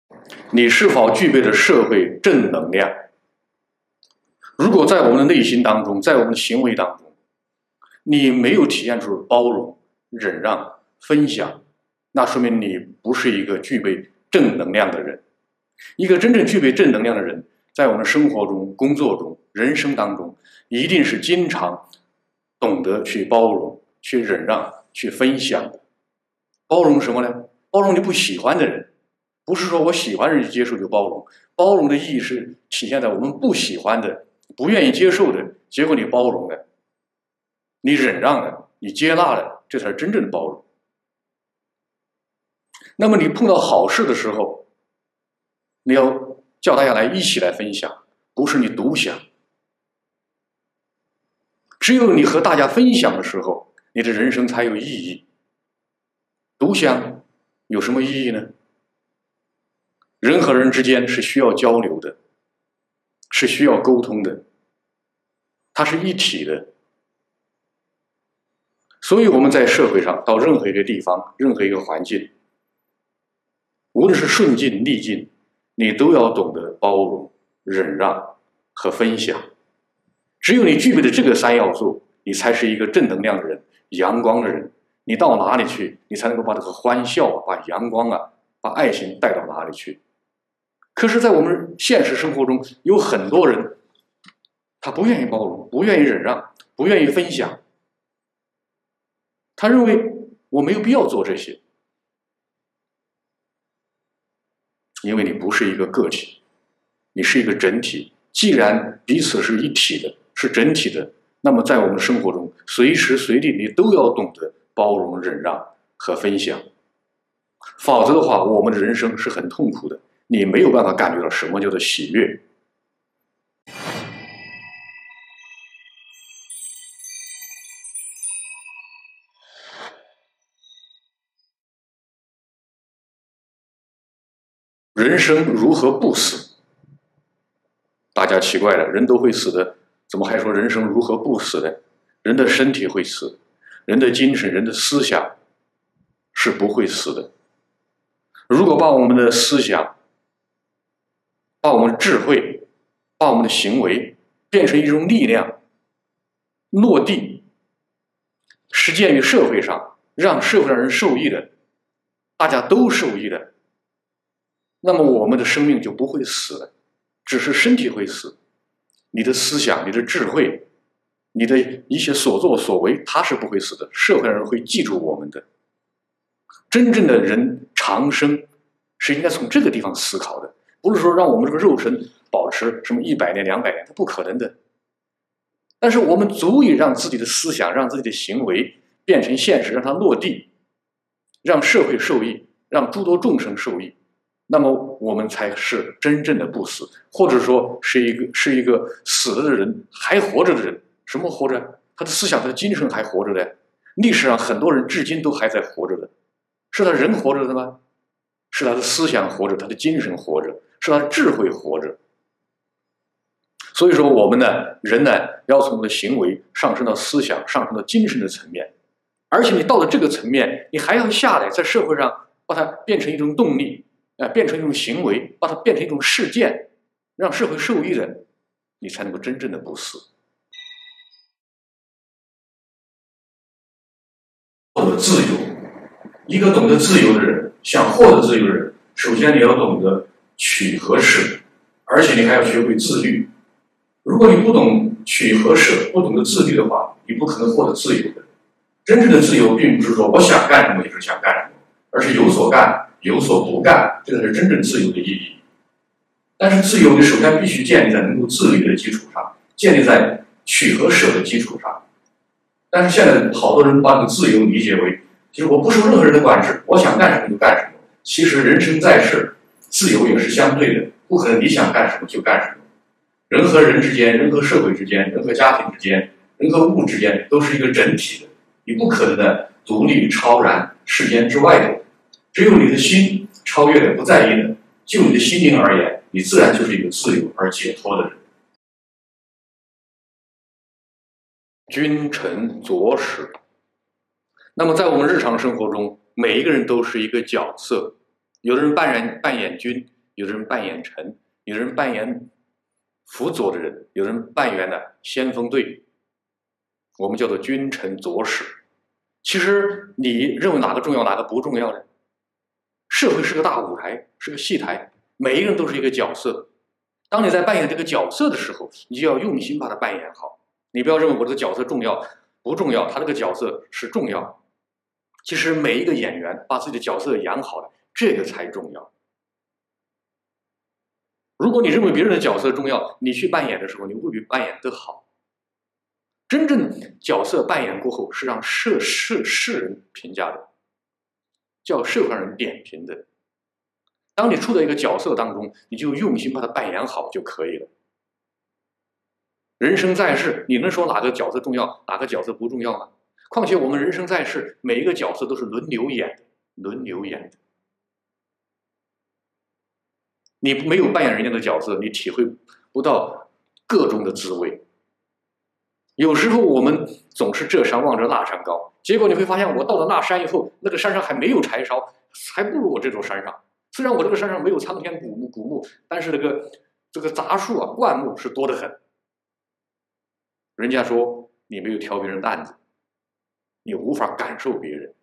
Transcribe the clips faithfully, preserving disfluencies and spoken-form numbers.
你是否具备了社会正能量？如果在我们的内心当中，在我们的行为当中，你没有体现出包容、忍让、分享，那说明你不是一个具备正能量的人。一个真正具备正能量的人，在我们生活中、工作中、人生当中，一定是经常懂得去包容、去忍让、去分享的。包容什么呢？包容你不喜欢的人，不是说我喜欢人接受就包容。包容的意义是体现在我们不喜欢的、不愿意接受的，结果你包容了，你忍让了，你接纳了，这才是真正的包容。那么你碰到好事的时候，你要叫大家来一起来分享，不是你独享。只有你和大家分享的时候，你的人生才有意义。独享有什么意义呢？人和人之间是需要交流的，是需要沟通的，它是一体的。所以我们在社会上，到任何一个地方，任何一个环境，无论是顺境逆境，你都要懂得包容、忍让和分享。只有你具备的这个三要素，你才是一个正能量的人、阳光的人。你到哪里去，你才能够把这个欢笑啊、把阳光啊、把爱心带到哪里去。可是在我们现实生活中，有很多人他不愿意包容，不愿意忍让，不愿意分享。他认为我没有必要做这些，因为你不是一个个体，你是一个整体。既然彼此是一体的，是整体的，那么在我们生活中，随时随地你都要懂得包容、忍让和分享。否则的话，我们的人生是很痛苦的，你没有办法感觉到什么叫做喜悦。人生如何不死？大家奇怪了，人都会死的，怎么还说人生如何不死呢？人的身体会死，人的精神、人的思想是不会死的。如果把我们的思想、把我们的智慧、把我们的行为变成一种力量，落地，实践于社会上，让社会上人受益的，大家都受益的，那么我们的生命就不会死了，只是身体会死。你的思想、你的智慧、你的一些所作所为，它是不会死的，社会上人会记住我们的。真正的人长生是应该从这个地方思考的，不是说让我们这个肉身保持什么一百年、两百年，它不可能的。但是我们足以让自己的思想、让自己的行为变成现实，让它落地，让社会受益，让诸多众生受益，那么我们才是真正的不死，或者说是一个是一个死了的人还活着的人。什么活着？他的思想、他的精神还活着的。历史上很多人至今都还在活着的，是他人活着的吗？是他的思想活着，他的精神活着，是他的智慧活着。所以说我们呢，人呢，要从我们的行为上升到思想、上升到精神的层面，而且你到了这个层面，你还要下来，在社会上把它变成一种动力，呃，变成一种行为，把它变成一种事件，让社会受益的，你才能够真正的不死。获得自由，一个懂得自由的人，想获得自由的人，首先你要懂得取和舍，而且你还要学会自律。如果你不懂取和舍，不懂得自律的话，你不可能获得自由的。真正的自由并不是说我想干什么就是想干什么，而是有所干，有所不干，这才是真正自由的意义。但是自由你首先必须建立在能够自律的基础上，建立在取和舍的基础上。但是现在好多人把这个自由理解为，其实我不受任何人的管制，我想干什么就干什么。其实人生在世，自由也是相对的，不可能你想干什么就干什么。人和人之间，人和社会之间，人和家庭之间，人和物之间，都是一个整体的，你不可能的独立超然世间之外的。只有你的心超越了，不在意的，就你的心灵而言，你自然就是一个自由而解脱的人。君臣佐使。那么在我们日常生活中，每一个人都是一个角色，有的人扮演扮演君， 有的人扮演臣，有的人扮演辅佐的人，有人扮演了先锋队，我们叫做君臣佐使。其实你认为哪个重要，哪个不重要呢？社会是个大舞台，是个戏台，每一个人都是一个角色。当你在扮演这个角色的时候，你就要用心把它扮演好。你不要认为我这个角色重要不重要，他这个角色是重要。其实每一个演员把自己的角色演好了，这个才重要。如果你认为别人的角色重要，你去扮演的时候，你未必扮演得好。真正角色扮演过后，是让世世世人评价的，叫社会人点评的。当你处在一个角色当中，你就用心把它扮演好就可以了。人生在世，你能说哪个角色重要，哪个角色不重要吗？况且我们人生在世，每一个角色都是轮流演的，轮流演的。你没有扮演人家的角色，你体会不到各种的滋味。有时候我们总是这山望着那山高，结果你会发现，我到了那山以后，那个山上还没有柴烧，还不如我这座山上。虽然我这个山上没有苍天古木古木，但是这个这个杂树啊、灌木是多得很。人家说你没有挑别人担子，你无法感受别人。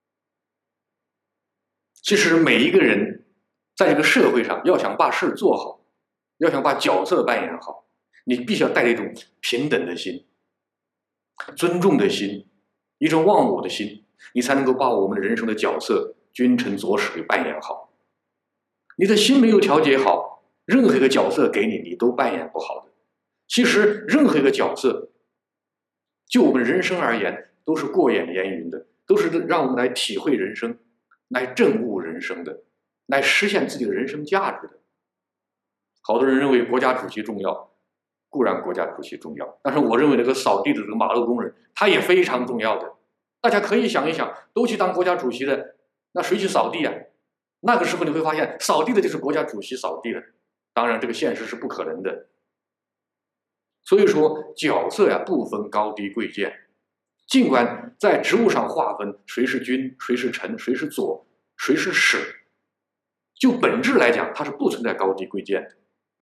其实每一个人在这个社会上，要想把事做好，要想把角色扮演好，你必须要带着一种平等的心、尊重的心、一种忘我的心，你才能够把我们的人生的角色君臣佐使给扮演好。你的心没有调节好，任何一个角色给你，你都扮演不好的。其实任何一个角色，就我们人生而言，都是过眼烟云的，都是让我们来体会人生，来证悟人生的，来实现自己的人生价值的。好多人认为国家主席重要，固然国家主席重要，但是我认为那个扫地的这个马路工人，他也非常重要的。大家可以想一想，都去当国家主席的，那谁去扫地啊？那个时候你会发现，扫地的就是国家主席扫地的。当然，这个现实是不可能的。所以说，角色呀不分高低贵贱，尽管在职务上划分谁是君，谁是臣，谁是佐，谁是使，就本质来讲，它是不存在高低贵贱的。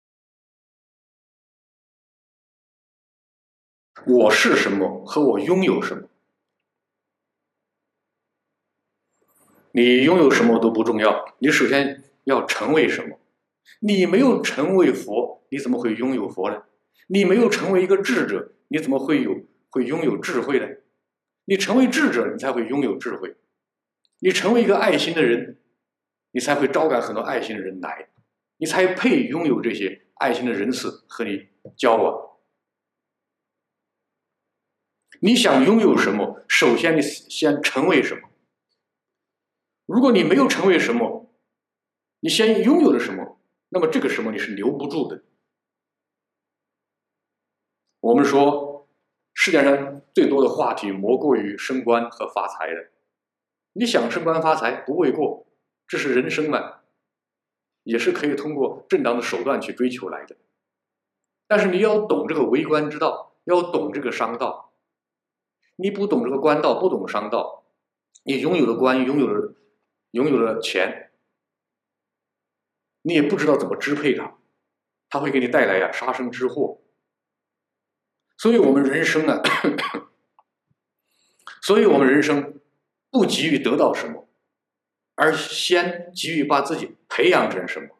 我是什么和我拥有什么，你拥有什么都不重要，你首先要成为什么。你没有成为佛，你怎么会拥有佛呢？你没有成为一个智者，你怎么会有会拥有智慧呢？你成为智者，你才会拥有智慧。你成为一个爱心的人，你才会招感很多爱心的人来，你才配拥有这些爱心的人士和你交往。你想拥有什么，首先你先成为什么。如果你没有成为什么，你先拥有了什么，那么这个什么你是留不住的。我们说世界上最多的话题莫过于升官和发财的。你想升官发财不为过，这是人生嘛，也是可以通过正当的手段去追求来的。但是你要懂这个为官之道，要懂这个商道。你不懂这个官道，不懂商道，你拥有了官，拥有了拥有了钱，你也不知道怎么支配它，它会给你带来呀杀身之祸。所以我们人生啊，所以我们人生不急于得到什么，而先急于把自己培养成什么。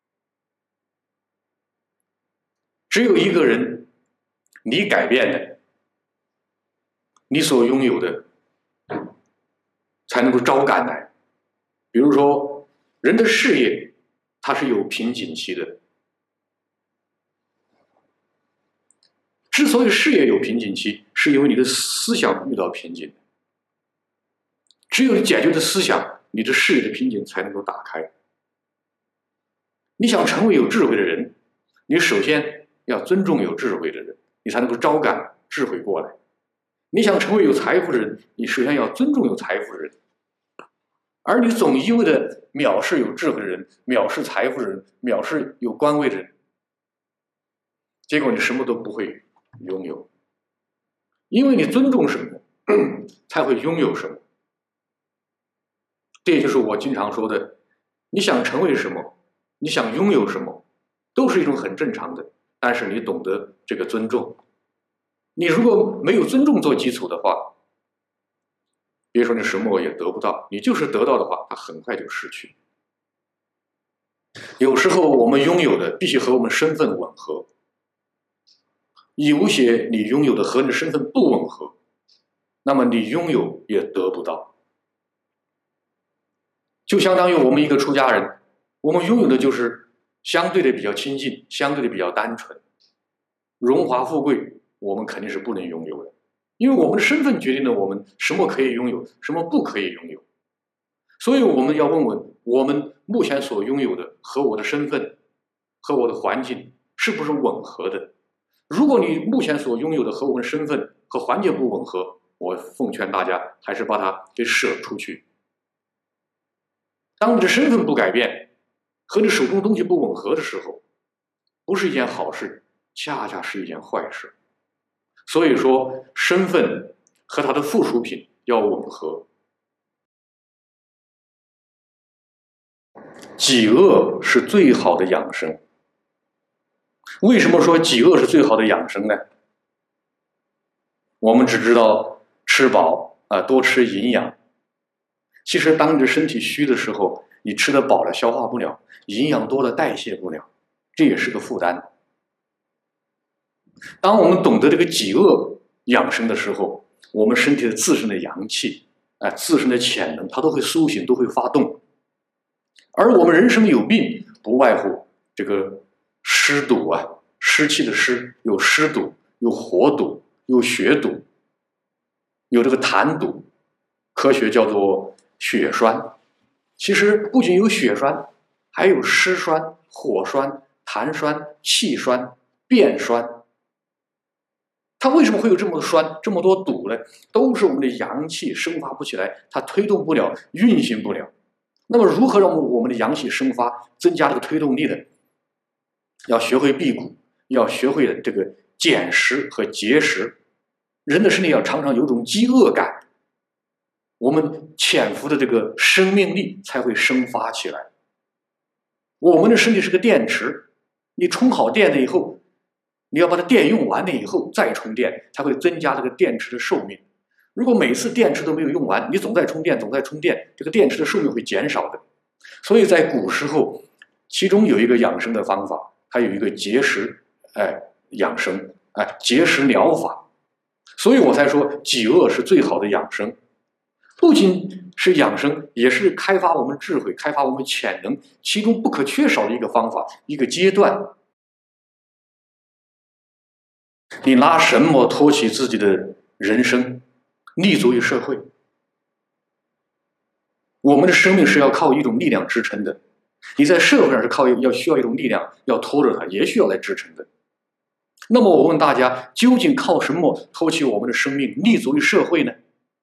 只有一个人，你改变的，你所拥有的才能够招感来。比如说人的事业它是有瓶颈期的，之所以事业有瓶颈期，是因为你的思想遇到瓶颈。只有你解决的思想，你的事业的瓶颈才能够打开。你想成为有智慧的人，你首先要尊重有智慧的人，你才能够招感智慧过来。你想成为有财富的人，你首先要尊重有财富的人。而你总一味的藐视有智慧的人，藐视财富的人，藐视有官位的人，结果你什么都不会拥有。因为你尊重什么，才会拥有什么。这也就是我经常说的，你想成为什么， 你想拥有什么，都是一种很正常的。但是你懂得这个尊重，你如果没有尊重做基础的话，别说你什么也得不到，你就是得到的话，它很快就失去。有时候我们拥有的必须和我们身份吻合，有些你拥有的和你的身份不吻合，那么你拥有也得不到。就相当于我们一个出家人，我们拥有的就是相对的比较亲近，相对的比较单纯。荣华富贵我们肯定是不能拥有的，因为我们的身份决定了我们什么可以拥有，什么不可以拥有。所以我们要问问，我们目前所拥有的和我的身份和我的环境是不是吻合的。如果你目前所拥有的和我们的身份和环境不吻合，我奉劝大家还是把它给舍出去。当你的身份不改变，和你手中的东西不吻合的时候，不是一件好事，恰恰是一件坏事。所以说，身份和它的附属品要吻合。己恶是最好的养生。为什么说己恶是最好的养生呢？我们只知道吃饱啊，多吃营养。其实当你的身体虚的时候，你吃得饱了消化不了，营养多了代谢不了，这也是个负担。当我们懂得这个己恶养生的时候，我们身体的自身的阳气啊、自身的潜能，它都会苏醒，都会发动。而我们人生有病，不外乎这个湿堵啊，湿气的湿，有湿堵，有火堵，有血堵，有这个痰堵，科学叫做血栓。其实不仅有血栓，还有湿栓、火栓、痰栓、气栓、便栓。它为什么会有这么多栓、这么多堵呢？都是我们的阳气生发不起来，它推动不了，运行不了。那么如何让我们的阳气生发，增加这个推动力呢？要学会辟谷，要学会这个减食和节食。人的身体要常常有种饥饿感，我们潜伏的这个生命力才会生发起来。我们的身体是个电池，你充好电了以后，你要把它电用完了以后再充电，才会增加这个电池的寿命。如果每次电池都没有用完，你总在充电，总在充电，这个电池的寿命会减少的。所以在古时候，其中有一个养生的方法，它有一个节食，哎，养生，哎，节食疗法。所以我才说，己恶是最好的养生。不仅是养生，也是开发我们智慧、开发我们潜能，其中不可缺少的一个方法、一个阶段。你拿什么托起自己的人生，立足于社会？我们的生命是要靠一种力量支撑的，你在社会上是靠要需要一种力量要拖着它，也需要来支撑的。那么我问大家，究竟靠什么托起我们的生命，立足于社会呢？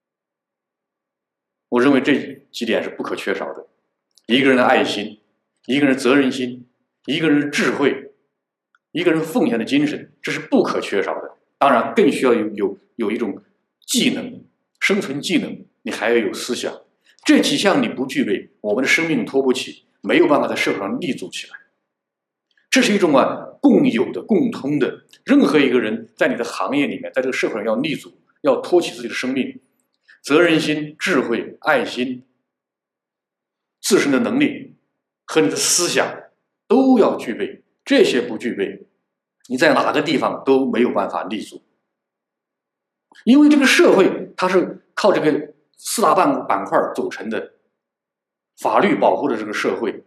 我认为这几点是不可缺少的：一个人的爱心，一个人的责任心，一个人的智慧，一个人奉献的精神，这是不可缺少的。当然，更需要有有有一种技能，生存技能，你还要有思想。这几项你不具备，我们的生命托不起，没有办法在社会上立足起来。这是一种啊共有的、共通的。任何一个人在你的行业里面，在这个社会上要立足，要托起自己的生命，责任心、智慧、爱心、自身的能力和你的思想都要具备。这些不具备，你在哪个地方都没有办法立足。因为这个社会它是靠这个四大板板块组成的：法律保护的这个社会，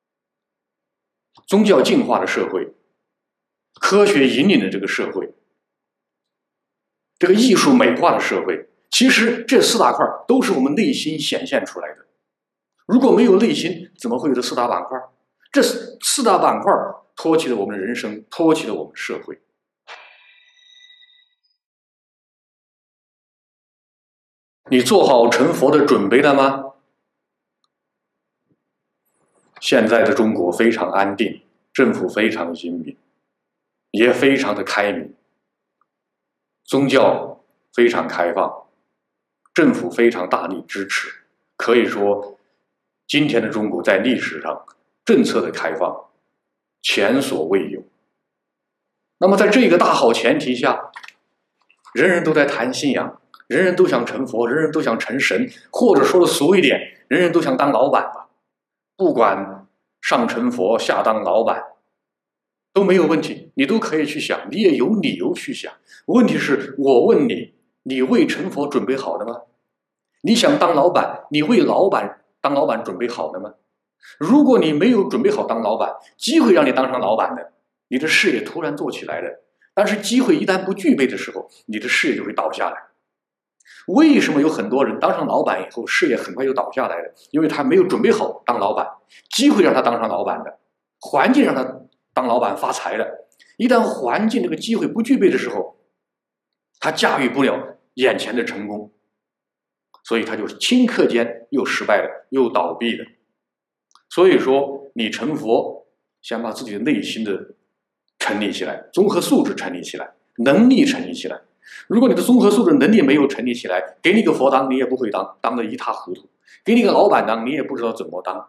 宗教净化的社会，科学引领的这个社会，这个艺术美化的社会。其实这四大块都是我们内心显现出来的。如果没有内心，怎么会有这四大板块？这四大板块托起了我们的人生，托起了我们社会。你做好成佛的准备了吗？现在的中国非常安定，政府非常精明，也非常的开明，宗教非常开放，政府非常大力支持。可以说，今天的中国在历史上政策的开放，前所未有。那么在这个大好前提下，人人都在谈信仰，人人都想成佛，人人都想成神，或者说的俗一点，人人都想当老板吧。不管上成佛，下当老板，都没有问题，你都可以去想，你也有理由去想。问题是我问你，你为成佛准备好了吗？你想当老板，你为老板当老板准备好了吗？如果你没有准备好当老板，机会让你当上老板的，你的事业突然做起来了，但是机会一旦不具备的时候，你的事业就会倒下来。为什么有很多人当上老板以后，事业很快就倒下来了？因为他没有准备好当老板，机会让他当上老板的，环境让他当老板发财了。一旦环境这个机会不具备的时候，他驾驭不了眼前的成功，所以他就顷刻间又失败了，又倒闭了。所以说，你成佛，先把自己的内心的成立起来，综合素质成立起来，能力成立起来。如果你的综合素质能力没有成立起来，给你个佛当，你也不会当，当得一塌糊涂；给你个老板当，你也不知道怎么当。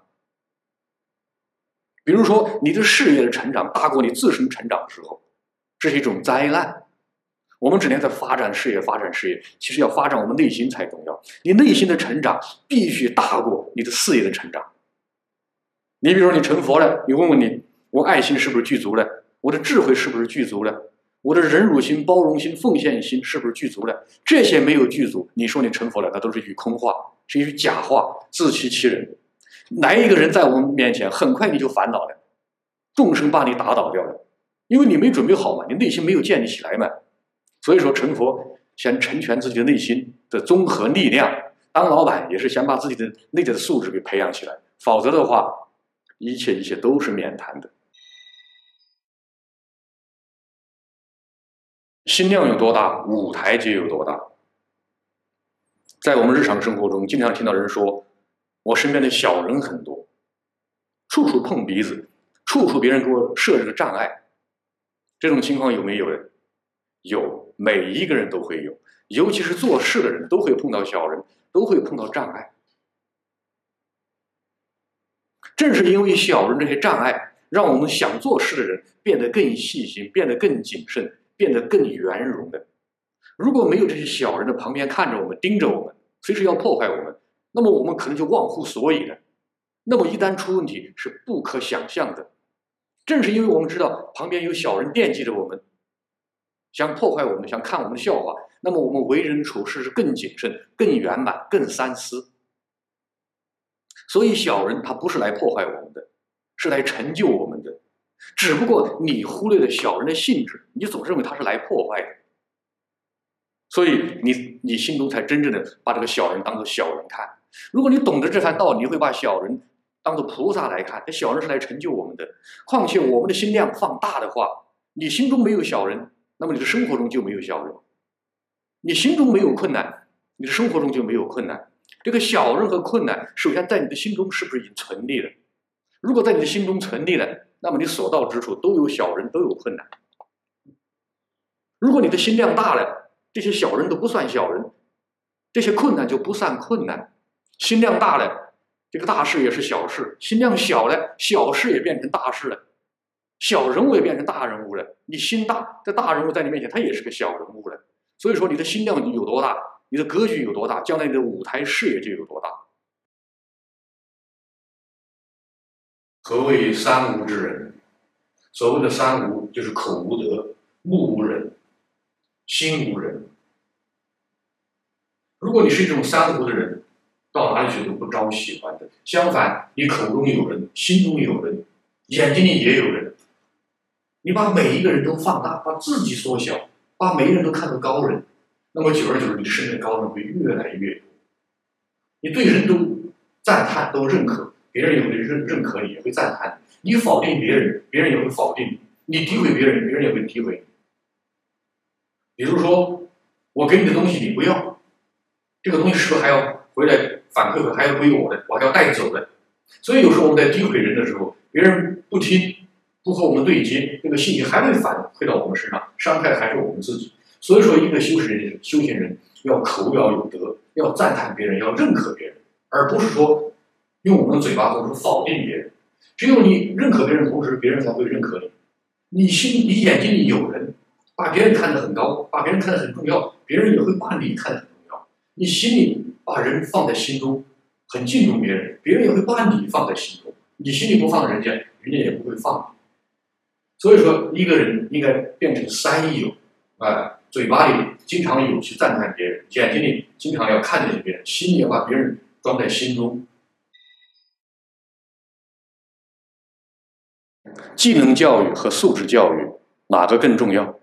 比如说，你的事业的成长大过你自身成长的时候，这是一种灾难。我们整天在发展事业，发展事业，其实要发展我们内心才重要。你内心的成长必须大过你的事业的成长。你比如说，你成佛了，你问问你，我爱心是不是具足了？我的智慧是不是具足了？我的忍辱心、包容心、奉献心是不是具足了？这些没有具足，你说你成佛了，那都是一句空话，是一句假话，自欺欺人。来一个人在我们面前，很快你就烦恼了，众生把你打倒掉了，因为你没准备好嘛，你内心没有建立起来嘛。所以说，成佛先成全自己的内心的综合力量，当老板也是先把自己的内在的素质给培养起来，否则的话，一切一切都是免谈的。心量有多大，舞台就有多大。在我们日常生活中，经常听到人说，我身边的小人很多，处处碰鼻子，处处别人给我设置个障碍。这种情况有没有人？有，每一个人都会有，尤其是做事的人都会碰到小人，都会碰到障碍。正是因为小人这些障碍，让我们想做事的人变得更细心，变得更谨慎，变得更圆融的。如果没有这些小人的旁边看着我们，盯着我们，随时要破坏我们，那么我们可能就忘乎所以了。那么一旦出问题，是不可想象的。正是因为我们知道旁边有小人惦记着我们，想破坏我们，想看我们的笑话，那么我们为人处事是更谨慎、更圆满、更三思。所以小人他不是来破坏我们的，是来成就我们的。只不过你忽略了小人的性质，你总认为他是来破坏的，所以你你心中才真正的把这个小人当作小人看。如果你懂得这番道理，你会把小人当作菩萨来看，这小人是来成就我们的。况且我们的心量放大的话，你心中没有小人，那么你的生活中就没有小人。你心中没有困难，你的生活中就没有困难。这个小人和困难，首先在你的心中是不是已经存立了？如果在你的心中存立了，那么你所到之处都有小人，都有困难。如果你的心量大了，这些小人都不算小人，这些困难就不算困难。心量大了，这个大事也是小事；心量小了，小事也变成大事了，小人物也变成大人物了。你心大，这大人物在你面前，他也是个小人物了。所以说，你的心量有多大，你的格局有多大，将来你的舞台视野就有多大。何谓三无之人？所谓的三无，就是口无德、目无人、心无人。如果你是一种三无的人，到哪里去都不招喜欢的。相反，你口中有人，心中有人，眼睛里也有人。你把每一个人都放大，把自己缩小，把每一个人都看作高人，那么久而久之，你身边的高人会越来越多。你对人都赞叹，都认可，别人也会认认可你，也会赞叹你。你否定别人，别人也会否定你；你诋毁别人，别人也会诋毁你。比如说，我给你的东西你不要，这个东西是不是还要回来反馈还要归我的，我还要带走的？所以有时候我们在诋毁人的时候，别人不听，不和我们对接，这个信息还会反馈到我们身上，伤害还是我们自己。所以说，一个修行人，修行人要口要有德，要赞叹别人，要认可别人，而不是说用我们的嘴巴或者说否定别人。 只有你认可别人的同时，别人才会认可你。你心你眼睛里有人，把别人看得很高，把别人看得很重要，别人也会把你看得很重要。你心里把人放在心中，很敬重别人，别人也会把你放在心中。你心里不放人家，人家也不会放你。所以说，一个人应该变成三有，啊、呃，嘴巴里经常有去赞叹别人，眼睛里经常要看见别人，心里要把别人装在心中。技能教育和素质教育哪个更重要？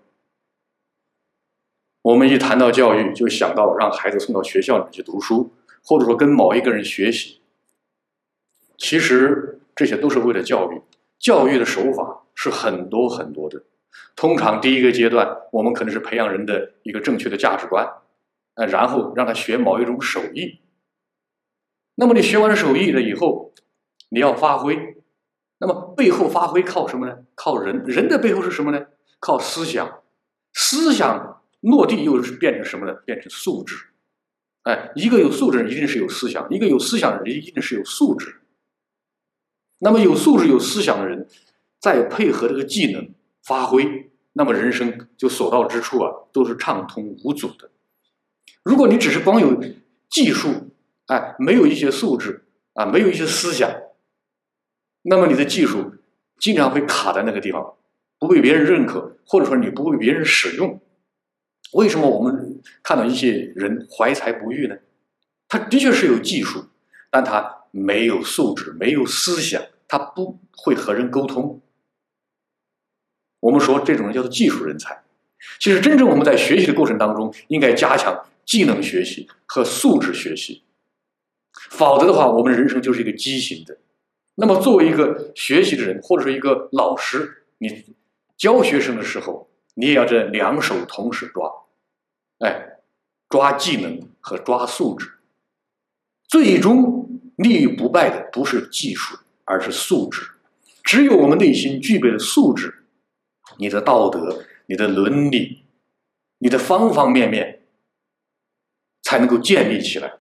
我们一谈到教育，就想到让孩子送到学校里去读书，或者说跟某一个人学习。其实这些都是为了教育，教育的手法是很多很多的。通常第一个阶段，我们可能是培养人的一个正确的价值观，呃，然后让他学某一种手艺。那么你学完手艺了以后，你要发挥。那么背后发挥靠什么呢？靠人。人的背后是什么呢？靠思想。思想落地又是变成什么呢？变成素质。哎，一个有素质的人一定是有思想，一个有思想的人一定是有素质。那么有素质有思想的人，再配合这个技能发挥，那么人生就所到之处啊，都是畅通无阻的。如果你只是光有技术，哎，没有一些素质啊，没有一些思想，那么你的技术经常会卡在那个地方，不被别人认可，或者说你不被别人使用。为什么我们看到一些人怀才不遇呢？他的确是有技术，但他没有素质，没有思想，他不会和人沟通。我们说这种人叫做技术人才。其实真正我们在学习的过程当中，应该加强技能学习和素质学习，否则的话，我们人生就是一个畸形的。那么作为一个学习的人，或者是一个老师，你教学生的时候，你也要这两手同时抓，哎，抓技能和抓素质。最终立于不败的不是技术，而是素质。只有我们内心具备了素质，你的道德、你的伦理、你的方方面面才能够建立起来。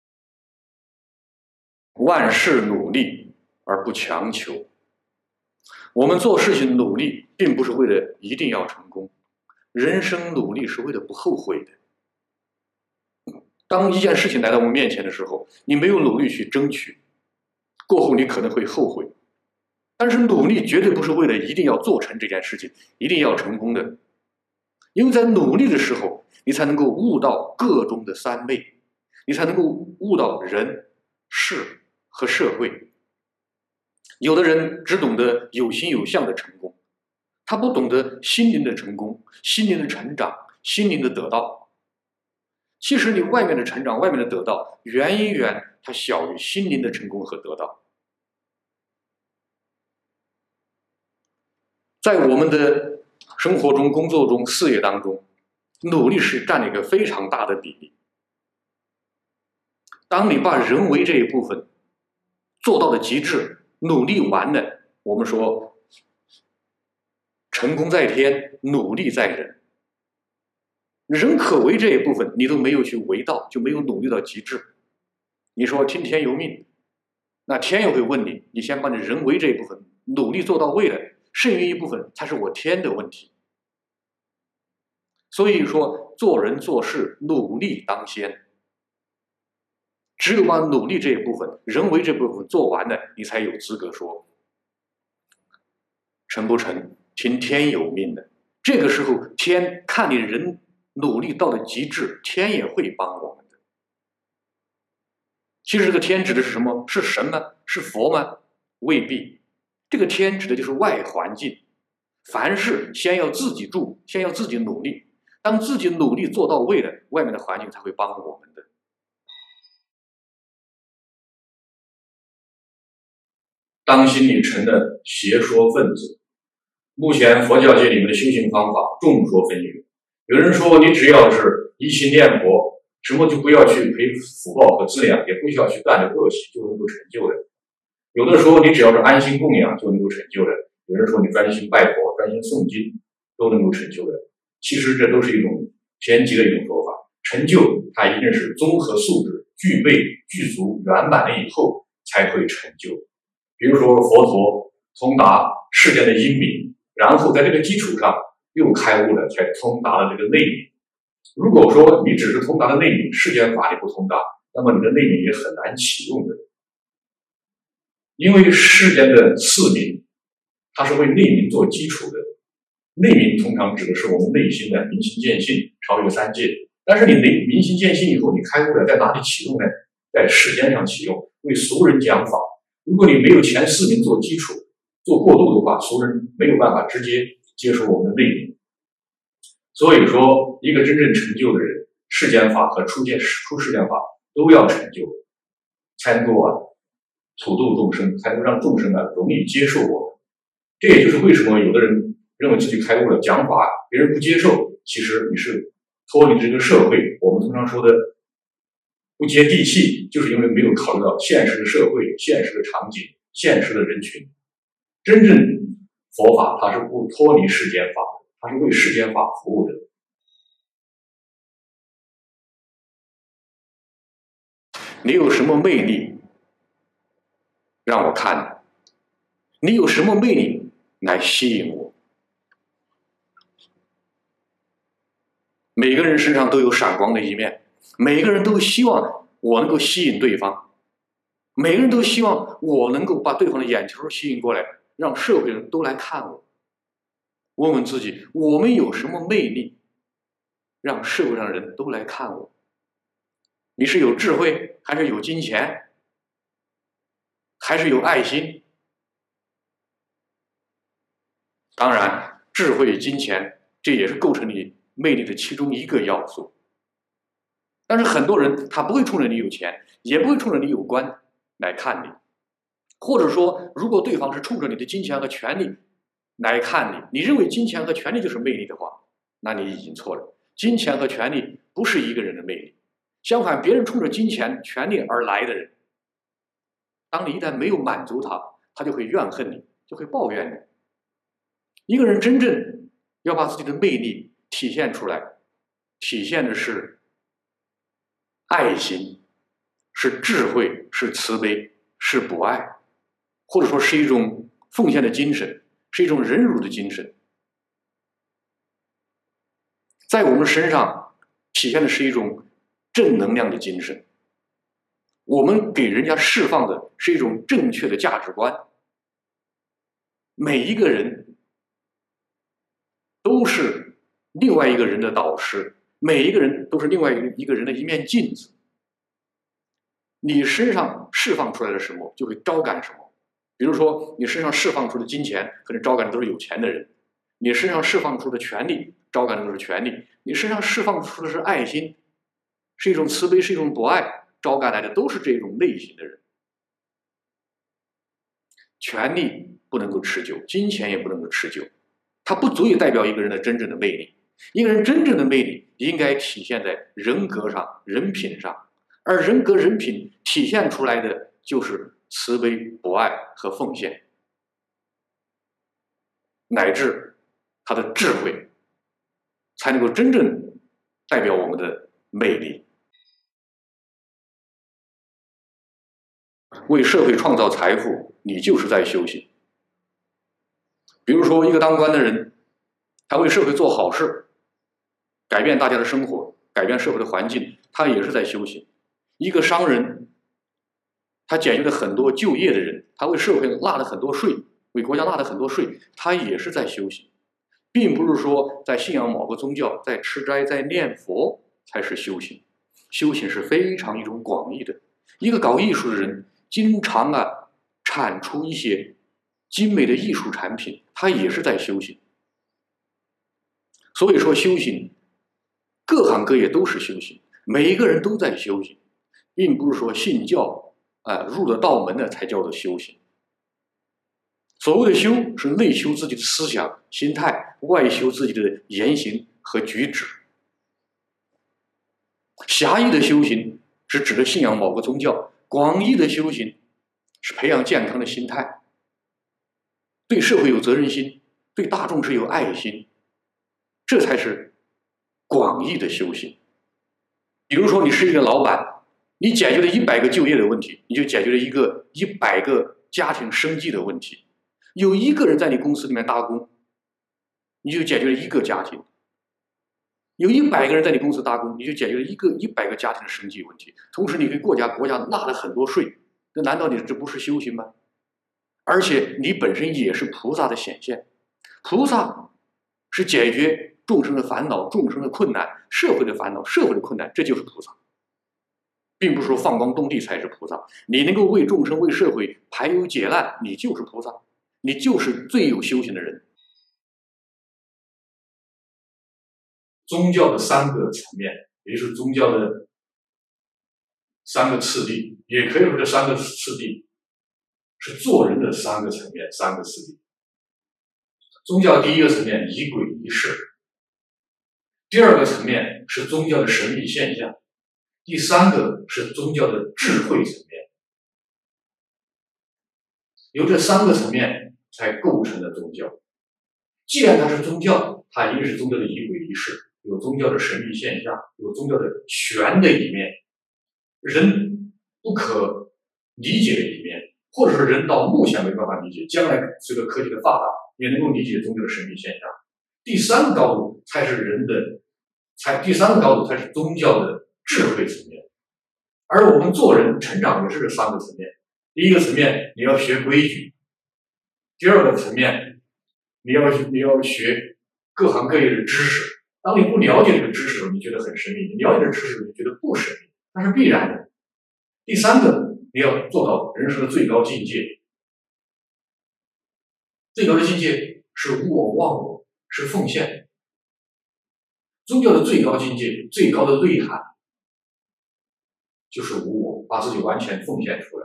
万事努力而不强求。我们做事情努力，并不是为了一定要成功，人生努力是为了不后悔的。当一件事情来到我们面前的时候，你没有努力去争取，过后你可能会后悔。但是努力绝对不是为了一定要做成这件事情，一定要成功的。因为在努力的时候，你才能够悟到个中的三昧，你才能够悟到人、事和社会。有的人只懂得有形有相的成功，他不懂得心灵的成功、心灵的成长、心灵的得到。其实你外面的成长、外面的得到，远远它小于心灵的成功和得到。在我们的生活中、工作中、事业当中，努力是占了一个非常大的比例。当你把人为这一部分做到了极致，努力完了，我们说成功在天，努力在人。人可为这一部分你都没有去为到，就没有努力到极致。你说听天由命，那天也会问你，你先把你人为这一部分努力做到位了，剩余一部分才是我天的问题。所以说做人做事努力当先，只有把努力这一部分、人为这部分做完了，你才有资格说成不成听天由命的。这个时候天看你人努力到了极致，天也会帮我们的。其实这个天指的是什么？是神吗？是佛吗？未必。这个天指的就是外环境。凡事先要自己助，先要自己努力。当自己努力做到位了，外面的环境才会帮我们的。当心你成了邪说分子。目前佛教界里面的修行方法众说纷纭。有人说你只要是一心念佛，什么就不要去赔福报和资粮，也不需要去干的恶习，就能够成就的。有的说你只要是安心供养就能够成就的。有人说你专心拜佛、专心诵经都能够成就的。其实这都是一种偏激的一种说法。成就它一定是综合素质具备具足圆满了以后才会成就。 比如说佛陀通达世间的因明，然后在这个基础上又开悟了，才通达了这个内明。如果说你只是通达了内明，世间法你不通达，那么你的内明也很难启用的。因为世间的四明，它是为内明做基础的。内明通常指的是我们内心的明心见性，超越三界。但是你内明心见性以后，你开悟了，在哪里启用呢？在世间上启用，为俗人讲法。如果你没有前四明做基础，做过渡的话，俗人没有办法直接接受我们的内明。所以说，一个真正成就的人，世间法和出见出世间法都要成就，才能够啊普度众生，才能让众生啊容易接受我们。这也就是为什么有的人认为自己开悟了，讲法别人不接受，其实你是脱离这个社会。我们通常说的不接地气，就是因为没有考虑到现实的社会、现实的场景、现实的人群。真正佛法它是不脱离世间法，它是为世间法服务的。你有什么魅力让我看？你有什么魅力来吸引我？每个人身上都有闪光的一面，每个人都希望我能够吸引对方，每个人都希望我能够把对方的眼球吸引过来，让社会人都来看我。问问自己，我们有什么魅力让社会上的人都来看我？你是有智慧，还是有金钱，还是有爱心？当然，智慧、金钱，这也是构成你魅力的其中一个要素。但是很多人他不会冲着你有钱，也不会冲着你有官来看你，或者说，如果对方是冲着你的金钱和权利来看你，你认为金钱和权利就是魅力的话，那你已经错了。金钱和权利不是一个人的魅力，相反，别人冲着金钱、权利而来的人，当你一旦没有满足他，他就会怨恨你，就会抱怨你。一个人真正要把自己的魅力体现出来，体现的是爱心，是智慧，是慈悲，是博爱，或者说是一种奉献的精神，是一种忍辱的精神。在我们身上体现的是一种正能量的精神，我们给人家释放的是一种正确的价值观。每一个人都是另外一个人的导师，每一个人都是另外一个人的一面镜子。你身上释放出来的什么，就会招感什么。比如说，你身上释放出的金钱，可能招感的都是有钱的人；你身上释放出的权利，招感的都是权利；你身上释放出的是爱心，是一种慈悲，是一种博爱，招感来的都是这种类型的人。权力不能够持久，金钱也不能够持久，它不足以代表一个人的真正的魅力。一个人真正的魅力应该体现在人格上、人品上，而人格、人品体现出来的就是慈悲、博爱和奉献，乃至他的智慧，才能够真正代表我们的魅力。为社会创造财富，你就是在修行。比如说，一个当官的人，他为社会做好事，改变大家的生活，改变社会的环境，他也是在修行。一个商人，他解决了很多就业的人，他为社会纳了很多税，为国家纳了很多税，他也是在修行，并不是说在信仰某个宗教，在吃斋，在念佛才是修行。修行是非常一种广义的。一个搞艺术的人，经常啊产出一些精美的艺术产品，他也是在修行。所以说，修行各行各业都是修行，每一个人都在修行，并不是说信教啊、呃、入了道门的才叫做修行。所谓的修，是内修自己的思想心态，外修自己的言行和举止。狭义的修行是指的信仰某个宗教，广义的修行是培养健康的心态，对社会有责任心，对大众是有爱心，这才是广义的修行。比如说，你是一个老板，你解决了一百个就业的问题，你就解决了一个一百个家庭生计的问题。有一个人在你公司里面打工，你就解决了一个家庭；有一百个人在你公司打工，你就解决了一个一百个家庭的生计问题。同时，你给国家国家纳了很多税，那难道你这不是修行吗？而且你本身也是菩萨的显现，菩萨是解决众生的烦恼、众生的困难、社会的烦恼、社会的困难，这就是菩萨，并不是说放光动地才是菩萨。你能够为众生、为社会排忧解难，你就是菩萨，你就是最有修行的人。宗教的三个层面，也就是宗教的三个次第，也可以说这三个次第是做人的三个层面、三个次第。宗教第一个层面仪轨仪式，第二个层面是宗教的神秘现象，第三个是宗教的智慧层面。由这三个层面才构成了宗教。既然它是宗教，它一定是宗教的仪轨仪式，有宗教的神秘现象，有宗教的玄的一面，人不可理解的一面，或者是人到目前没办法理解，将来随着科技的发达也能够理解宗教的神秘现象。第三个高度才是人的，才第三个高度才是宗教的智慧层面。而我们做人成长也是这三个层面。第一个层面你要学规矩，第二个层面你要你要学各行各业的知识。当你不了解这个知识的时候，你觉得很神秘；你了解这个知识，你觉得不神秘，那是必然的。第三个，你要做到人生的最高境界。最高的境界是无我忘我，是奉献。宗教的最高境界、最高的内涵就是无我，把自己完全奉献出来。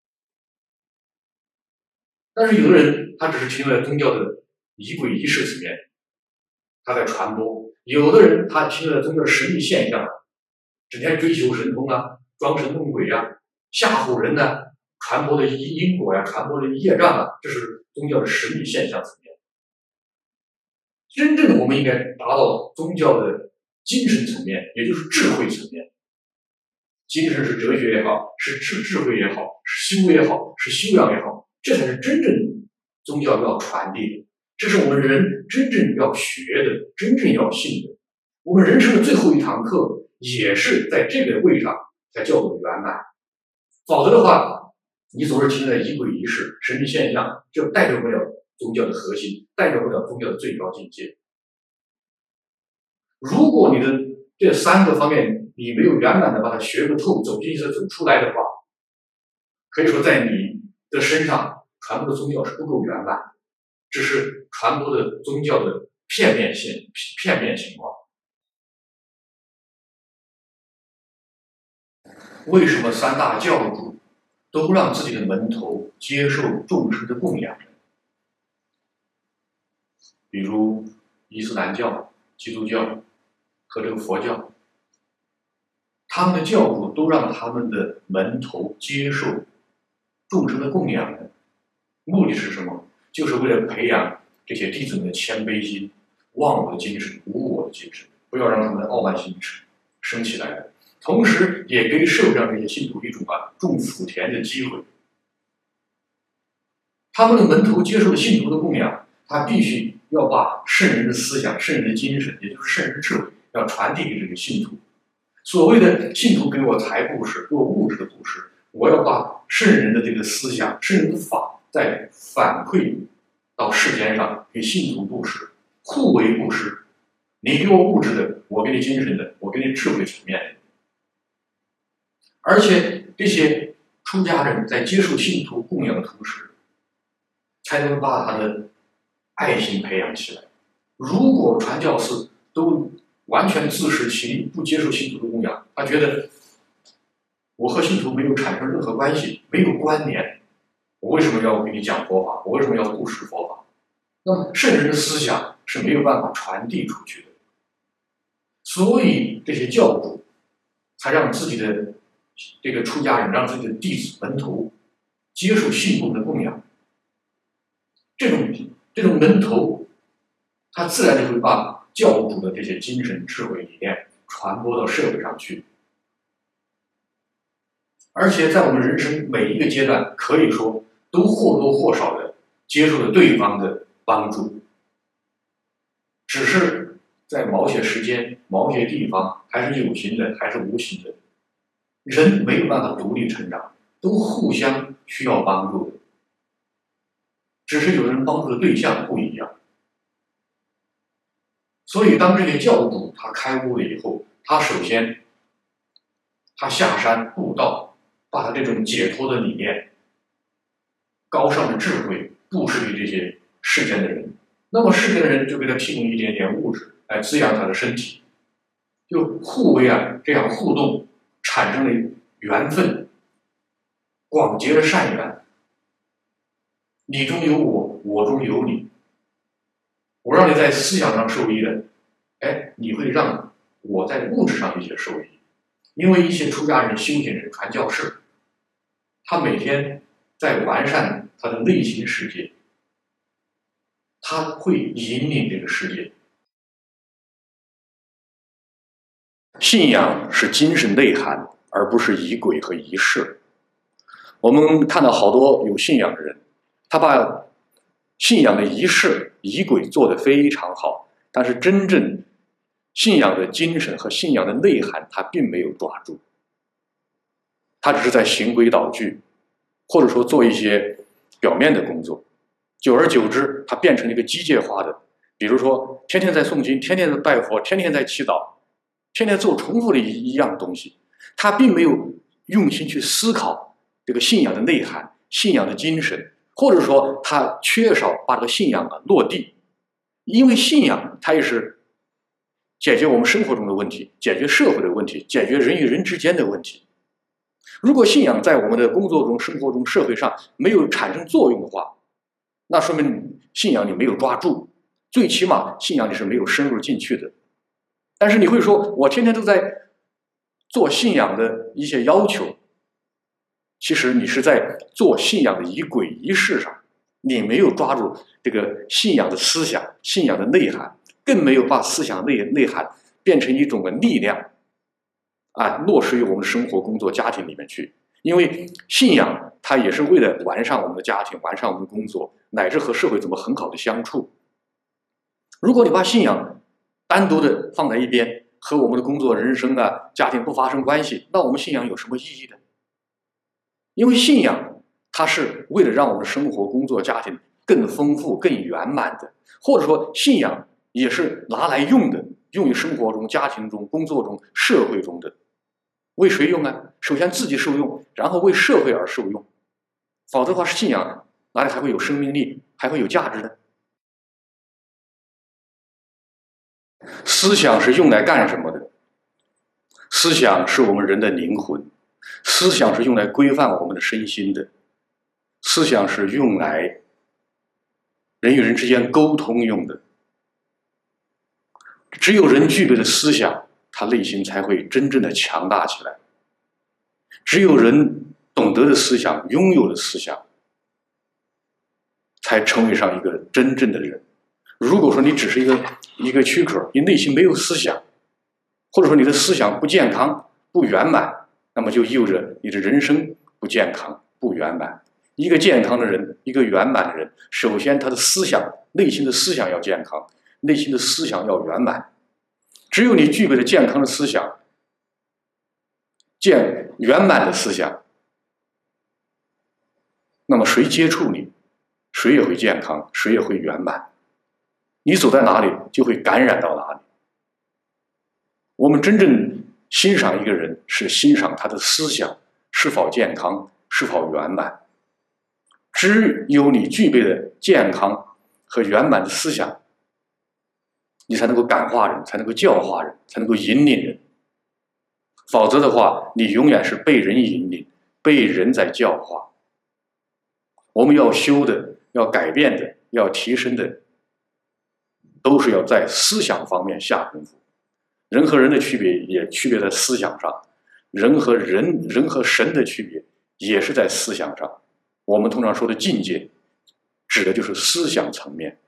但是有的人他只是停留在宗教的仪轨仪式层面，他在传播；有的人他停留在宗教的神秘现象，整天追求神通啊，装神弄鬼啊，吓唬人呢、啊，传播的因果呀、啊，传播的业障啊，这是宗教的神秘现象层面。真正的我们应该达到宗教的精神层面，也就是智慧层面。精神是哲学也好，是智智慧也好，是修也好，是修养也好，这才是真正宗教要传递的，这是我们人真正要学的，真正要信的。我们人生的最后一堂课也是在这个位上才叫做圆满。否则的话，你总是停留在仪轨仪式、神秘现象，就代表不了宗教的核心，代表不了宗教的最高境界。如果你的这三个方面你没有圆满的把它学个透，走进去再走出来的话，可以说在你的身上传播的宗教是不够圆满的，只是传播的宗教的片面性、片面情况。为什么三大教主都让自己的门头接受众生的供养？比如伊斯兰教、基督教和这个佛教，他们的教主都让他们的门头接受众生的供养的目的是什么？就是为了培养这些弟子们的谦卑心、忘我的精神、无我的精神，不要让他们的傲慢心升起来的。同时也给社会上这些信徒一种啊种福田的机会。他们的门头接受了信徒的供养，他必须要把圣人的思想、圣人的精神，也就是圣人的智慧，要传递给这个信徒。所谓的信徒给我财布施，给我物质的布施，我要把圣人的这个思想、圣人的法再反馈到世间上，给信徒布施，互为布施。你给我物质的，我给你精神的，我给你智慧层面的。而且这些出家人在接受信徒供养的同时，才能把他的爱心培养起来。如果传教士都完全自食其力，不接受信徒的供养，他觉得我和信徒没有产生任何关系，没有关联，我为什么要给你讲佛法？我为什么要布施佛法？那么圣人的思想是没有办法传递出去的。所以这些教主才让自己的这个出家人，让自己的弟子门头接受信众的供养。这种这种门头，他自然就会把教主的这些精神、智慧理念传播到社会上去。而且在我们人生每一个阶段，可以说都或多或少的接受了对方的帮助，只是在某些时间、某些地方，还是有形的，还是无形的，人没有办法独立成长，都互相需要帮助的，只是有人帮助的对象不一样。所以，当这个教主他开悟了以后，他首先他下山布道，把他这种解脱的理念、高尚的智慧布施给这些世间的人。那么世间的人就给他提供一点点物质来滋养他的身体，就互为啊这样互动，产生了缘分，广结了善缘。你中有我，我中有你。我让你在思想上受益的，哎，你会让我在物质上有些受益。因为一些出家人、修行人、传教士，他每天在完善他的内心世界，他会引领这个世界。信仰是精神内涵，而不是仪轨和仪式。我们看到好多有信仰的人，他把信仰的仪式、仪轨做得非常好，但是真正信仰的精神和信仰的内涵，他并没有抓住。他只是在循规蹈矩，或者说做一些表面的工作，久而久之，他变成了一个机械化的，比如说天天在诵经，天天在拜佛，天天在祈祷，天天做重复的一一样东西，他并没有用心去思考这个信仰的内涵、信仰的精神，或者说他缺少把这个信仰啊落地。因为信仰它也是解决我们生活中的问题，解决社会的问题，解决人与人之间的问题。如果信仰在我们的工作中、生活中、社会上没有产生作用的话，那说明信仰你没有抓住，最起码信仰你是没有深入进去的。但是你会说，我天天都在做信仰的一些要求，其实你是在做信仰的仪轨仪式上，你没有抓住这个信仰的思想、信仰的内涵，更没有把思想内内涵变成一种的力量，啊，落实于我们生活、工作、家庭里面去。因为信仰它也是为了完善我们的家庭、完善我们的工作，乃至和社会怎么很好的相处。如果你把信仰单独的放在一边，和我们的工作、人生啊、家庭不发生关系，那我们信仰有什么意义呢？因为信仰它是为了让我们生活、工作、家庭更丰富、更圆满的，或者说信仰也是拿来用的，用于生活中、家庭中、工作中、社会中的。为谁用啊？首先自己受用，然后为社会而受用。否则的话，信仰哪里还会有生命力，还会有价值呢？思想是用来干什么的？思想是我们人的灵魂，思想是用来规范我们的身心的，思想是用来人与人之间沟通用的。只有人具备了思想，他内心才会真正的强大起来。只有人懂得的思想，拥有的思想，才成为上一个真正的人。如果说你只是一个一个躯壳，你内心没有思想，或者说你的思想不健康、不圆满，那么就意味着你的人生不健康、不圆满。一个健康的人，一个圆满的人，首先他的思想、内心的思想要健康，内心的思想要圆满。只有你具备了健康的思想、健圆满的思想，那么谁接触你，谁也会健康，谁也会圆满。你走在哪里，就会感染到哪里。我们真正欣赏一个人，是欣赏他的思想是否健康，是否圆满。只有你具备了健康和圆满的思想，你才能够感化人，才能够教化人，才能够引领人。否则的话，你永远是被人引领，被人在教化。我们要修的，要改变的，要提升的，都是要在思想方面下功夫。人和人的区别也区别在思想上，人和人、人和神的区别也是在思想上。我们通常说的境界，指的就是思想层面。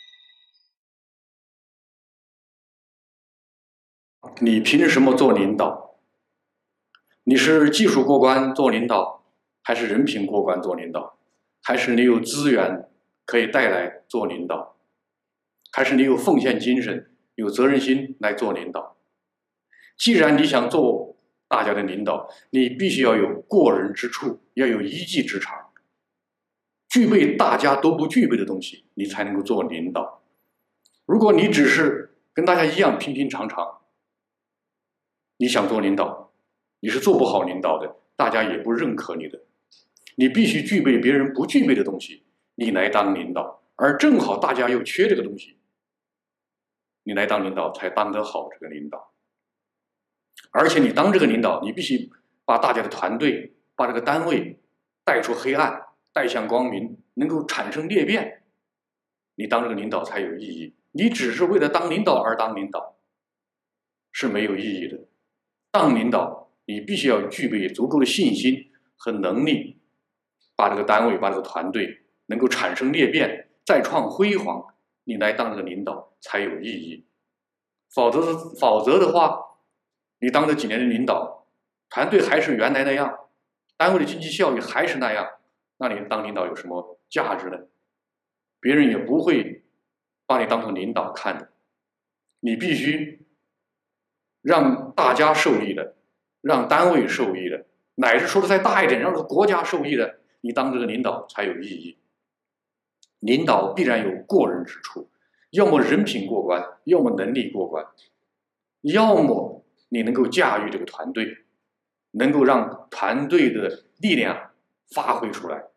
你凭什么做领导？你是技术过关做领导，还是人品过关做领导？ 还是你有资源可以带来做领导？还是你有奉献精神、有责任心来做领导？既然你想做大家的领导，你必须要有过人之处，要有一技之长，具备大家都不具备的东西，你才能够做领导。如果你只是跟大家一样平平常常，你想做领导，你是做不好领导的，大家也不认可你的。你必须具备别人不具备的东西，你来当领导，而正好大家又缺这个东西，你来当领导才当得好这个领导。而且你当这个领导，你必须把大家的团队、把这个单位带出黑暗，带向光明，能够产生裂变，你当这个领导才有意义。你只是为了当领导而当领导，是没有意义的。当领导，你必须要具备足够的信心和能力，把这个单位、把这个团队能够产生裂变，再创辉煌，你来当这个领导才有意义。否则，否则的话，你当了几年的领导，团队还是原来那样，单位的经济效益还是那样，那你当领导有什么价值呢？别人也不会把你当成领导看的。你必须让大家受益的，让单位受益的，乃至说的再大一点，让这个国家受益的，你当这个领导才有意义。领导必然有过人之处，要么人品过关，要么能力过关，要么你能够驾驭这个团队，能够让团队的力量发挥出来。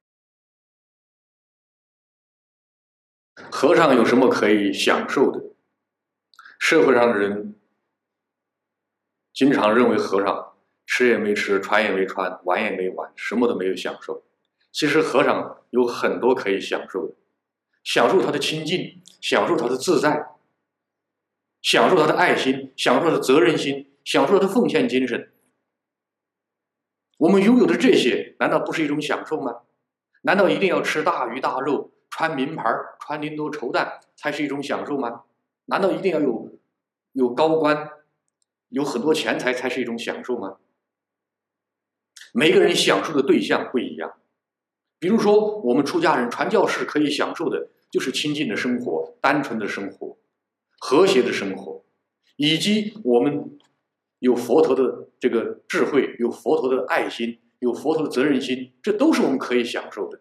和尚有什么可以享受的？社会上的人经常认为和尚吃也没吃，穿也没穿，玩也没玩，什么都没有享受。其实和尚有很多可以享受的，享受他的清净，享受他的自在，享受他的爱心，享受他的责任心，享受他的奉献精神。我们拥有的这些，难道不是一种享受吗？难道一定要吃大鱼大肉，穿名牌，穿绫罗绸缎才是一种享受吗？难道一定要有有高官，有很多钱财才是一种享受吗？每个人享受的对象不一样。比如说，我们出家人传教士可以享受的就是清净的生活、单纯的生活、和谐的生活，以及我们有佛陀的这个智慧，有佛陀的爱心，有佛陀的责任心，这都是我们可以享受的。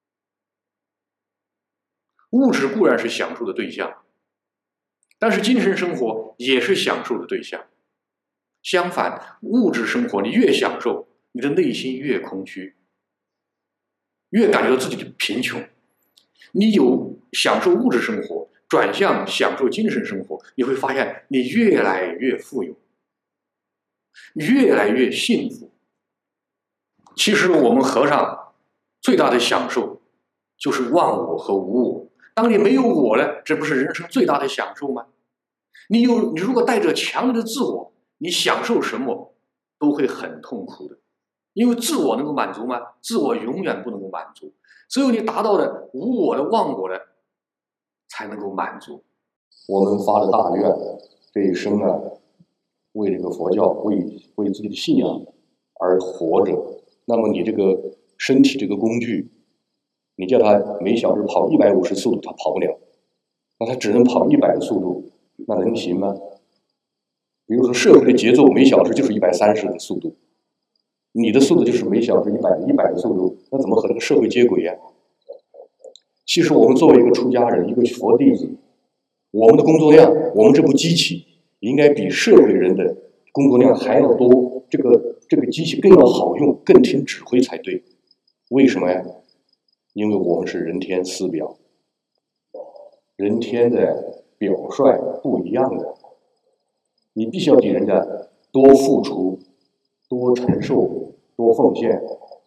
物质固然是享受的对象，但是精神生活也是享受的对象。相反，物质生活你越享受，你的内心越空虚，越感觉到自己的贫穷。你有享受物质生活，转向享受精神生活，你会发现你越来越富有，越来越幸福。其实我们和尚最大的享受就是忘我和无我。当你没有我了，这不是人生最大的享受吗？你有，你如果带着强烈的自我，你享受什么都会很痛苦的。因为自我能够满足吗？自我永远不能够满足，只有你达到了无我的忘我的，才能够满足。 我们发了大愿，这一生啊，为这个佛教，为为自己的信仰而活着。那么你这个身体这个工具，你叫它每小时跑一百五十速度，它跑不了，那它只能跑一百的速度，那能行吗？比如说社会的节奏每小时就是一百三十的速度。你的速度就是每小时一百一百的速度，那怎么和这个社会接轨呀？其实我们作为一个出家人，一个佛弟子，我们的工作量，我们这部机器应该比社会人的工作量还要多，这个这个机器更要好用，更听指挥才对。为什么呀？因为我们是人天四表，人天的表率不一样的，你必须要比人家多付出，多承受，多奉献。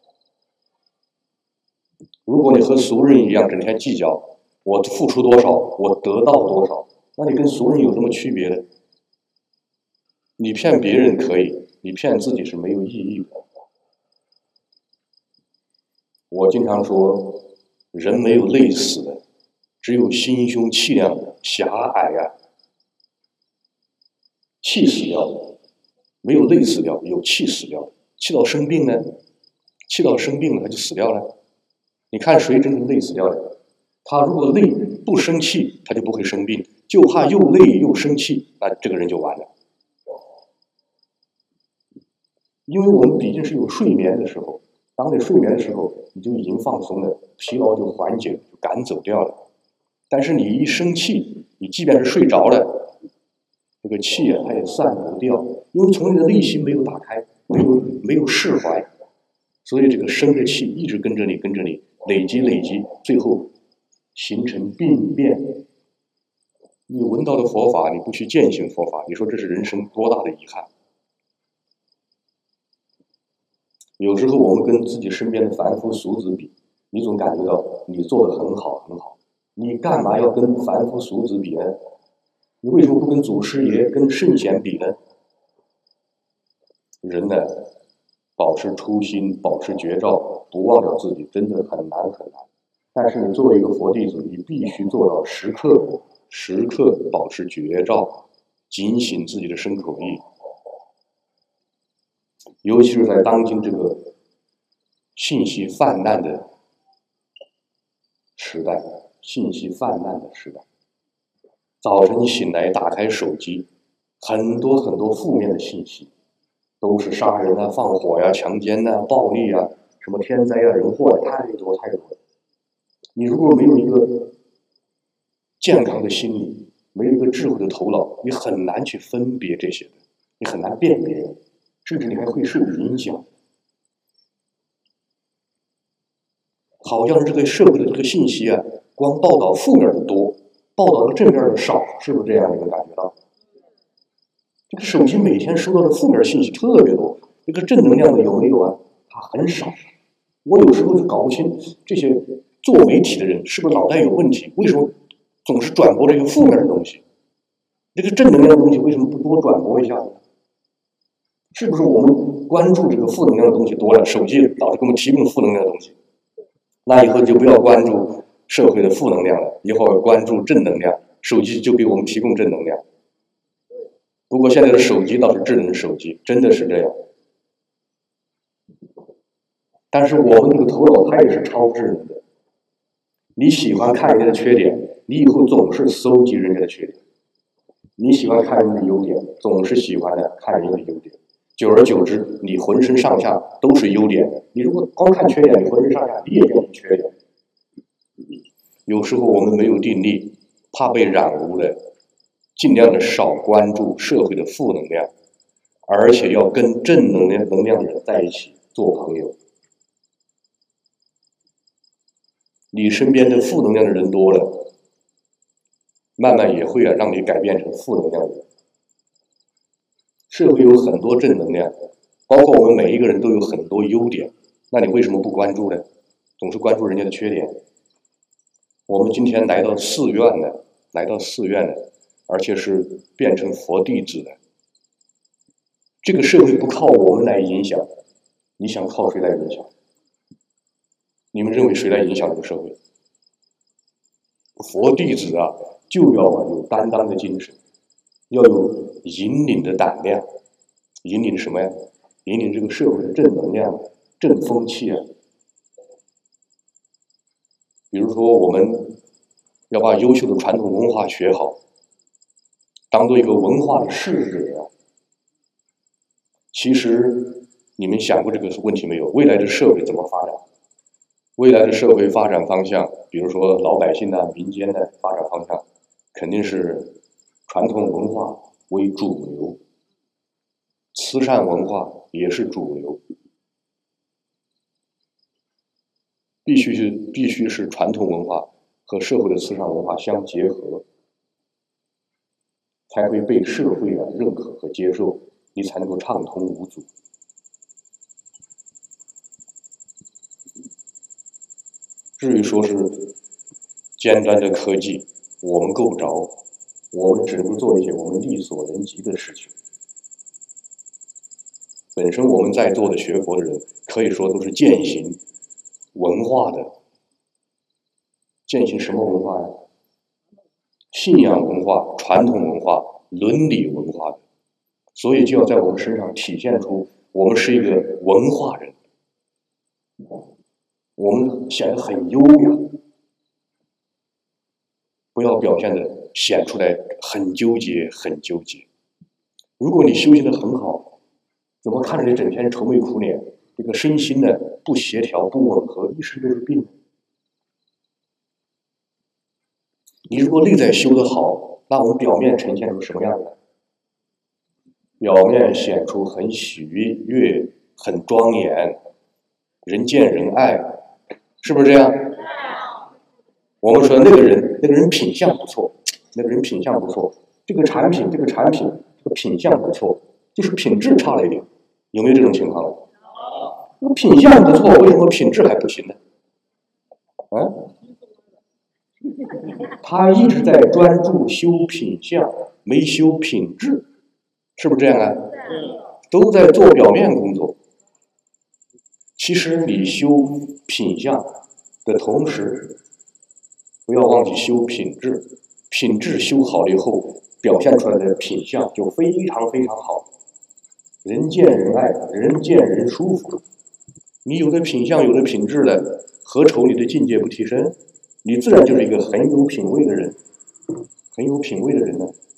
如果你和俗人一样整天计较我付出多少，我得到多少，那你跟俗人有什么区别呢？你骗别人可以，你骗自己是没有意义的。我经常说，人没有累死的，只有心胸气量狭隘啊，气死掉的，没有累死掉，有气死掉的。气到生病呢，气到生病了他就死掉了。 你看谁真正累死掉的？他如果累不生气，他就不会生病；就怕又累又生气，那这个人就完了。因为我们毕竟是有睡眠的时候，当你睡眠的时候，你就已经放松了，疲劳就缓解，就赶走掉了。但是你一生气，你即便是睡着了，这个气啊，它也散不掉，因为从你的内心没有打开，没有没有释怀，所以这个生的气一直跟着你，跟着你，累积累积，最后形成病变。你闻到的佛法，你不去践行佛法，你说这是人生多大的遗憾？有时候我们跟自己身边的凡夫俗子比，你总感觉到你做得很好很好，你干嘛要跟凡夫俗子比呢？你为什么不跟祖师爷、跟圣贤比呢？人呢，保持初心，保持觉照，不忘了自己，真的很难很难。但是你作为一个佛弟子，你必须做到时刻时刻保持觉照，警醒自己的身口意。尤其是在当今这个信息泛滥的时代，信息泛滥的时代，早晨醒来打开手机，很多很多负面的信息，都是杀人啊、放火呀、啊、强奸啊、暴力啊、什么天灾啊、人祸啊，太多太多了。你如果没有一个健康的心理，没有一个智慧的头脑，你很难去分别这些的，你很难辨别，甚至你还会受影响。好像这个社会的这个信息啊，光报道负面的多，报道的正面的少，是不是这样一个感觉到？这个手机每天收到的负面信息特别多，这个正能量的有没有啊？它很少。我有时候就搞不清这些做媒体的人是不是脑袋有问题？为什么总是转播这个负面的东西？这个正能量的东西为什么不多转播一下呢？是不是我们关注这个负能量的东西多了，手机老是给我们提供负能量的东西？那以后就不要关注社会的负能量了，以后要关注正能量，手机就给我们提供正能量。不过现在的手机倒是智能手机，真的是这样。但是我们这个头脑它也是超智能的。你喜欢看人家的缺点，你以后总是搜集人家的缺点；你喜欢看人家的优点，总是喜欢的看人家的优点。久而久之，你浑身上下都是优点的。你如果光看缺点，你浑身上下你也变成缺点。有时候我们没有定力，怕被染污了，尽量的少关注社会的负能量，而且要跟正能量能量的人在一起做朋友。你身边的负能量的人多了，慢慢也会啊让你改变成负能量的人。社会有很多正能量，包括我们每一个人都有很多优点，那你为什么不关注呢？总是关注人家的缺点。我们今天来到寺院呢，来到寺院呢，而且是变成佛弟子的。这个社会不靠我们来影响，你想靠谁来影响？你们认为谁来影响这个社会？佛弟子啊，就要啊有担当的精神，要有引领的胆量。引领什么呀？引领这个社会的正能量、正风气啊。比如说，我们要把优秀的传统文化学好，当做一个文化的使者啊。其实你们想过这个问题没有？未来的社会怎么发展？未来的社会发展方向，比如说老百姓的、民间的发展方向，肯定是传统文化为主流，慈善文化也是主流，必须是必须是传统文化和社会的慈善文化相结合，才会被社会啊认可和接受，你才能够畅通无阻。至于说是尖端的科技，我们够不着，我们只能做一些我们力所能及的事情。本身我们在座的学佛的人，可以说都是践行文化的。践行什么文化呀？信仰文化、传统文化、伦理文化的。所以就要在我们身上体现出我们是一个文化人。 我们显得很优雅，不要表现的显出来很纠结，很纠结。如果你修行的很好，怎么看着你整天愁眉苦脸，这个身心呢不协调、不吻合，一身都是病。你如果内在修得好，那我们表面呈现出什么样的？表面显出很喜悦、很庄严，人见人爱，是不是这样？我们说那个人，那个人品相不错，那个人品相不错，这个产品，这个产品，这个品相不错，就是品质差了一点，有没有这种情况？那品相不错，为什么品质还不行呢？啊？他一直在专注修品相，没修品质，是不是这样啊？都在做表面工作。其实你修品相的同时，不要忘记修品质。品质修好了以后，表现出来的品相就非常非常好，人见人爱，人见人舒服。你有的品相，有的品质了，何愁你的境界不提升？你自然就是一个很有品位的人，很有品位的人呢。